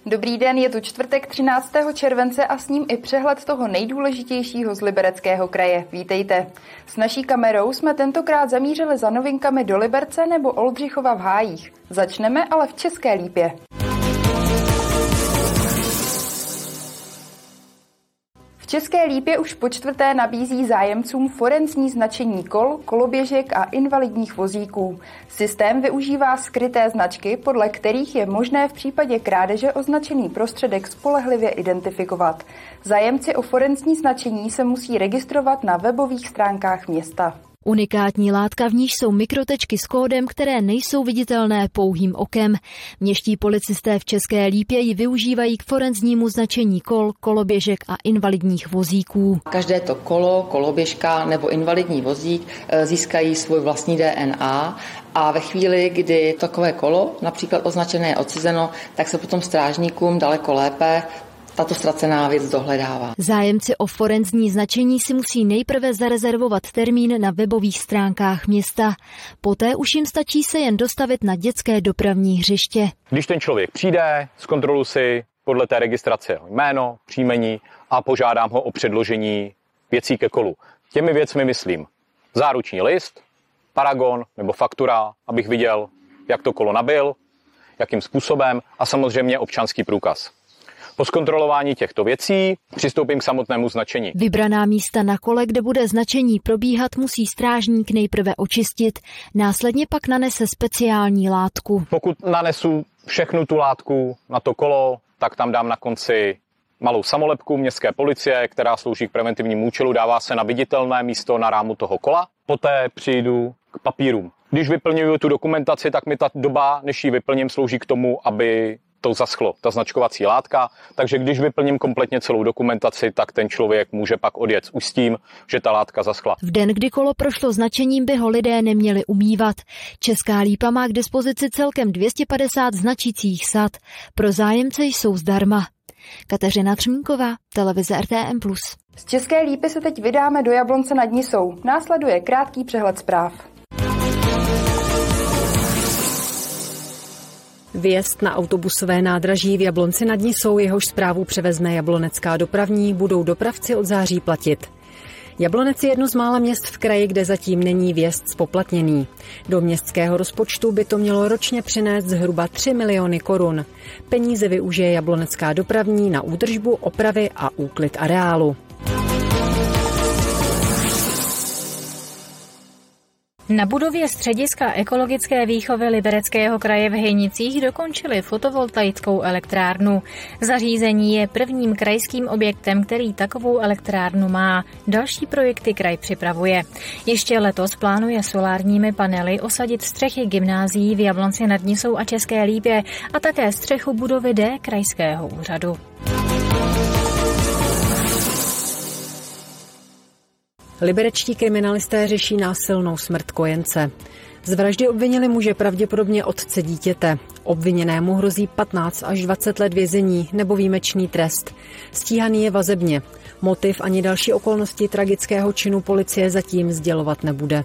Dobrý den, je tu čtvrtek 13. července a s ním i přehled toho nejdůležitějšího z Libereckého kraje. Vítejte. S naší kamerou jsme tentokrát zamířili za novinkami do Liberce nebo Oldřichova v Hájích. Začneme ale v České Lípě. V České Lípě už po čtvrté nabízí zájemcům forenzní značení kol, koloběžek a invalidních vozíků. Systém využívá skryté značky, podle kterých je možné v případě krádeže označený prostředek spolehlivě identifikovat. Zájemci o forenzní značení se musí registrovat na webových stránkách města. Unikátní látka, v níž jsou mikrotečky s kódem, které nejsou viditelné pouhým okem. Městští policisté v České Lípě ji využívají k forenznímu značení kol, koloběžek a invalidních vozíků. Každé to kolo, koloběžka nebo invalidní vozík získají svůj vlastní DNA a ve chvíli, kdy takové kolo, například označené je odcizeno, tak se potom strážníkům daleko lépe tato ztracená věc dohledává. Zájemci o forenzní značení si musí nejprve zarezervovat termín na webových stránkách města. Poté už jim stačí se jen dostavit na dětské dopravní hřiště. Když ten člověk přijde, zkontroluji si podle té registrace jméno, příjmení a požádám ho o předložení věcí ke kolu. Těmi věcmi myslím záruční list, paragon nebo faktura, abych viděl, jak to kolo nabyl, jakým způsobem a samozřejmě občanský průkaz. Po zkontrolování těchto věcí přistoupím k samotnému značení. Vybraná místa na kole, kde bude značení probíhat, musí strážník nejprve očistit, následně pak nanese speciální látku. Pokud nanesu všechnu tu látku na to kolo, tak tam dám na konci malou samolepku městské policie, která slouží k preventivnímu účelu, dává se na viditelné místo na rámu toho kola. Poté přijdu k papírům. Když vyplňuju tu dokumentaci, tak mi ta doba, než ji vyplním, slouží k tomu, aby to zaschlo, ta značkovací látka, takže když vyplním kompletně celou dokumentaci, tak ten člověk může pak odjet už s tím, že ta látka zaschla. V den, kdy kolo prošlo značením, by ho lidé neměli umývat. Česká Lípa má k dispozici celkem 250 značících sad. Pro zájemce jsou zdarma. Kateřina Třmínková, televize RTM+. Z České Lípy se teď vydáme do Jablonce nad Nisou. Následuje krátký přehled zpráv. Vjezd na autobusové nádraží v Jablonci nad Nisou, jehož správu převezme Jablonecká dopravní, budou dopravci od září platit. Jablonec je jedno z mála měst v kraji, kde zatím není vjezd zpoplatněný. Do městského rozpočtu by to mělo ročně přinést zhruba 3 miliony korun. Peníze využije Jablonecká dopravní na údržbu, opravy a úklid areálu. Na budově střediska ekologické výchovy Libereckého kraje v Hejnicích dokončili fotovoltaickou elektrárnu. Zařízení je prvním krajským objektem, který takovou elektrárnu má. Další projekty kraj připravuje. Ještě letos plánuje solárními panely osadit střechy gymnázií v Jablonci nad Nisou a České Lípě a také střechu budovy D krajského úřadu. Liberečtí kriminalisté řeší násilnou smrt kojence. Z vraždy obvinili muže pravděpodobně otce dítěte. Obviněnému hrozí 15 až 20 let vězení nebo výjimečný trest. Stíhaný je vazebně. Motiv ani další okolnosti tragického činu policie zatím sdělovat nebude.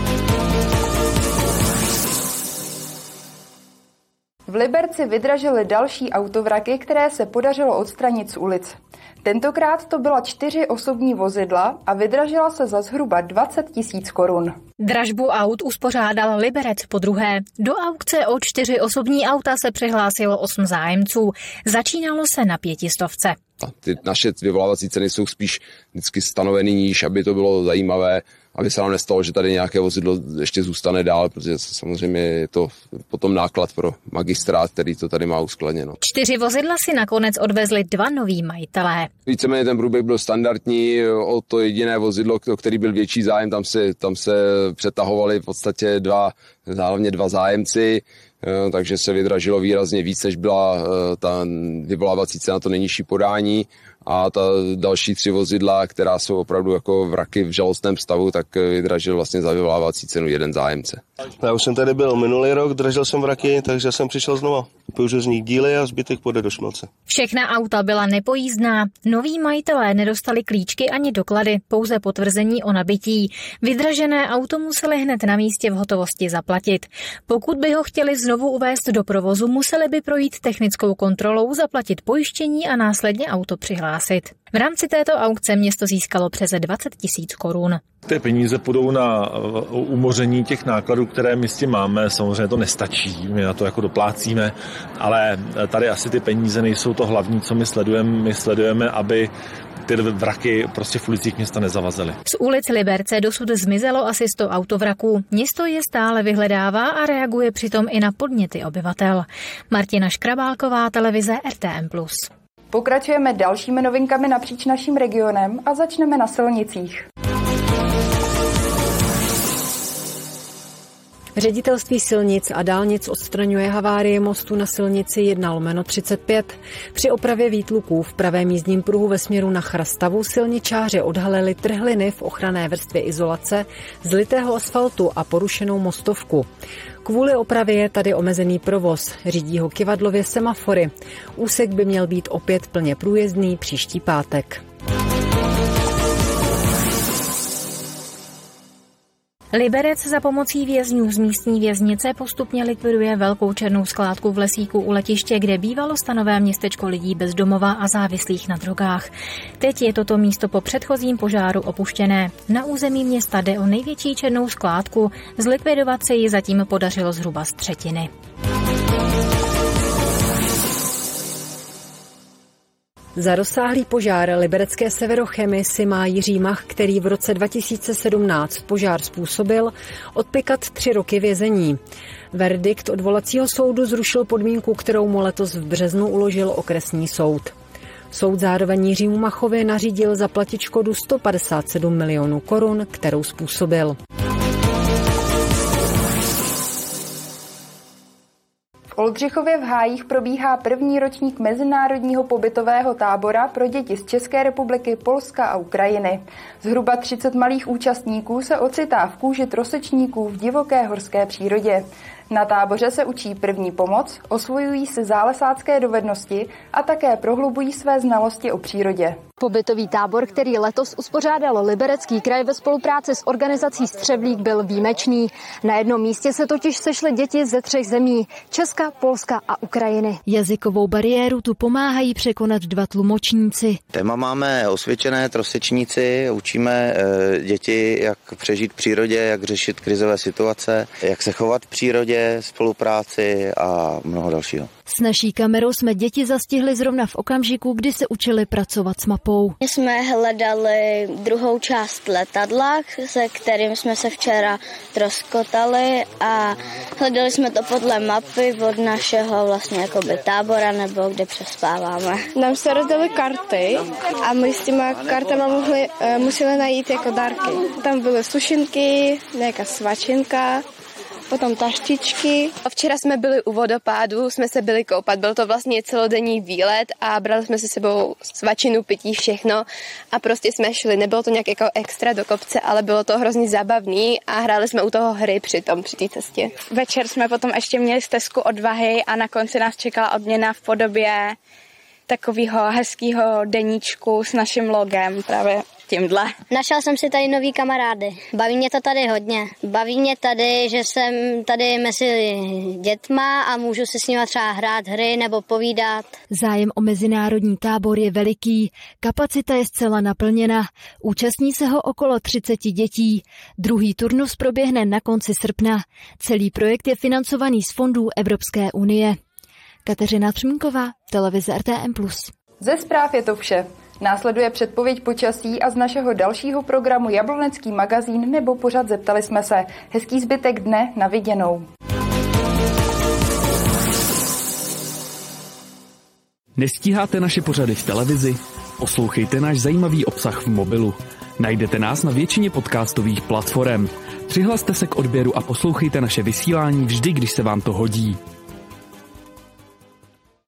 V Liberci vydražili další autovraky, které se podařilo odstranit z ulic. Tentokrát to byla 4 osobní vozidla a vydražila se za zhruba 20 000 korun. Dražbu aut uspořádal Liberec podruhé. Do aukce o 4 osobní auta se přihlásilo 8 zájemců. Začínalo se na 500. Ty naše vyvolávací ceny jsou spíš vždycky stanoveny níž, aby to bylo zajímavé, aby se nám nestalo, že tady nějaké vozidlo ještě zůstane dál, protože samozřejmě je to potom náklad pro magistrát, který to tady má uskladněno. 4 vozidla si nakonec odvezli 2 noví majitelé. Víceméně ten průběh byl standardní, o to jediné vozidlo, o který byl větší zájem, tam se přetahovali v podstatě hlavně dva zájemci, takže se vydražilo výrazně víc, než byla ta vyvolávací cena, to nejnižší podání. A ta další 3 vozidla, která jsou opravdu jako vraky v žalostném stavu, tak vydražil vlastně za vyvolávací cenu jeden zájemce. Já už jsem tady byl minulý rok, dražil jsem vraky, takže jsem přišel znova. Koupil z nich díly a zbytek půjde do šmelce. Všechna auta byla nepojízdná. Noví majitelé nedostali klíčky ani doklady, pouze potvrzení o nabití. Vydražené auto museli hned na místě v hotovosti zaplatit. Pokud by ho chtěli znovu uvést do provozu, museli by projít technickou kontrolou, zaplatit pojištění a následně auto přihlásit. V rámci této aukce město získalo přes 20 000 korun. Ty peníze půjdou na umoření těch nákladů, které my s tím máme. Samozřejmě to nestačí, my na to jako doplácíme, ale tady asi ty peníze nejsou to hlavní, co my sledujeme. My sledujeme, aby ty vraky prostě v ulicích města nezavazily. Z ulic Liberce dosud zmizelo asi 100 autovraků. Město je stále vyhledává a reaguje přitom i na podněty obyvatel. Martina Škrabálková, televize RTM+. Pokračujeme dalšími novinkami napříč naším regionem a začneme na silnicích. Ředitelství silnic a dálnic odstraňuje havárie mostu na silnici 1/35. Při opravě výtluků v pravém jízdním pruhu ve směru na Chrastavu silničáři odhalili trhliny v ochranné vrstvě izolace, zlitého asfaltu a porušenou mostovku. Kvůli opravě je tady omezený provoz, řídí ho kyvadlově semafory. Úsek by měl být opět plně průjezdný příští pátek. Liberec za pomocí vězňů z místní věznice postupně likviduje velkou černou skládku v Lesíku u letiště, kde bývalo stanové městečko lidí bez domova a závislých na drogách. Teď je toto místo po předchozím požáru opuštěné. Na území města jde o největší černou skládku, zlikvidovat se ji zatím podařilo zhruba z třetiny. Za rozsáhlý požár liberecké Severochemy si má Jiří Mach, který v roce 2017 požár způsobil, odpikat 3 roky vězení. Verdikt odvolacího soudu zrušil podmínku, kterou mu letos v březnu uložil okresní soud. Soud zároveň Jiřímu Machovi nařídil zaplatit škodu 157 milionů korun, kterou způsobil. V Oldřichově v Hájích probíhá první ročník mezinárodního pobytového tábora pro děti z České republiky, Polska a Ukrajiny. Zhruba 30 malých účastníků se ocitá v kůži trosečníků v divoké horské přírodě. Na táboře se učí první pomoc, osvojují si zálesácké dovednosti a také prohlubují své znalosti o přírodě. Pobytový tábor, který letos uspořádal Liberecký kraj ve spolupráci s organizací Střevlík, byl výjimečný. Na jednom místě se totiž sešly děti ze 3 zemí – Česka, Polska a Ukrajiny. Jazykovou bariéru tu pomáhají překonat 2 tlumočníci. Téma máme osvědčené trosečníci, učíme děti, jak přežít v přírodě, jak řešit krizové situace, jak se chovat v přírodě, spolupráci a mnoho dalšího. S naší kamerou jsme děti zastihli zrovna v okamžiku, kdy se učili pracovat s mapou. Jsme hledali druhou část letadla, se kterým jsme se včera troskotali a hledali jsme to podle mapy od našeho vlastně jakoby tábora nebo kde přespáváme. Nám se rozdaly karty a my s těma kartama museli najít jako dárky. Tam byly sušenky, nějaká svačinka, potom taštičky. Včera jsme byli u vodopádu, jsme se byli koupat, byl to vlastně celodenní výlet a brali jsme si sebou svačinu, pití, všechno a prostě jsme šli. Nebylo to nějak jako extra do kopce, ale bylo to hrozně zábavný a hráli jsme u toho hry při té cestě. Večer jsme potom ještě měli stezku odvahy a na konci nás čekala odměna v podobě takového hezkého deníčku s naším logem právě tímhle. Našel jsem si tady nový kamarády. Baví mě to tady hodně. Baví mě tady, že jsem tady mezi dětma a můžu si s nimi třeba hrát hry nebo povídat. Zájem o mezinárodní tábor je veliký, kapacita je zcela naplněna, účastní se ho okolo 30 dětí. Druhý turnus proběhne na konci srpna. Celý projekt je financovaný z fondů Evropské unie. Kateřina Třmínková, televize RTM+. Ze zpráv je to vše. Následuje předpověď počasí a z našeho dalšího programu Jablonecký magazín nebo pořad Zeptali jsme se. Hezký zbytek dne, na viděnou. Nestíháte naše pořady v televizi? Poslouchejte náš zajímavý obsah v mobilu. Najdete nás na většině podcastových platform. Přihlaste se k odběru a poslouchejte naše vysílání vždy, když se vám to hodí.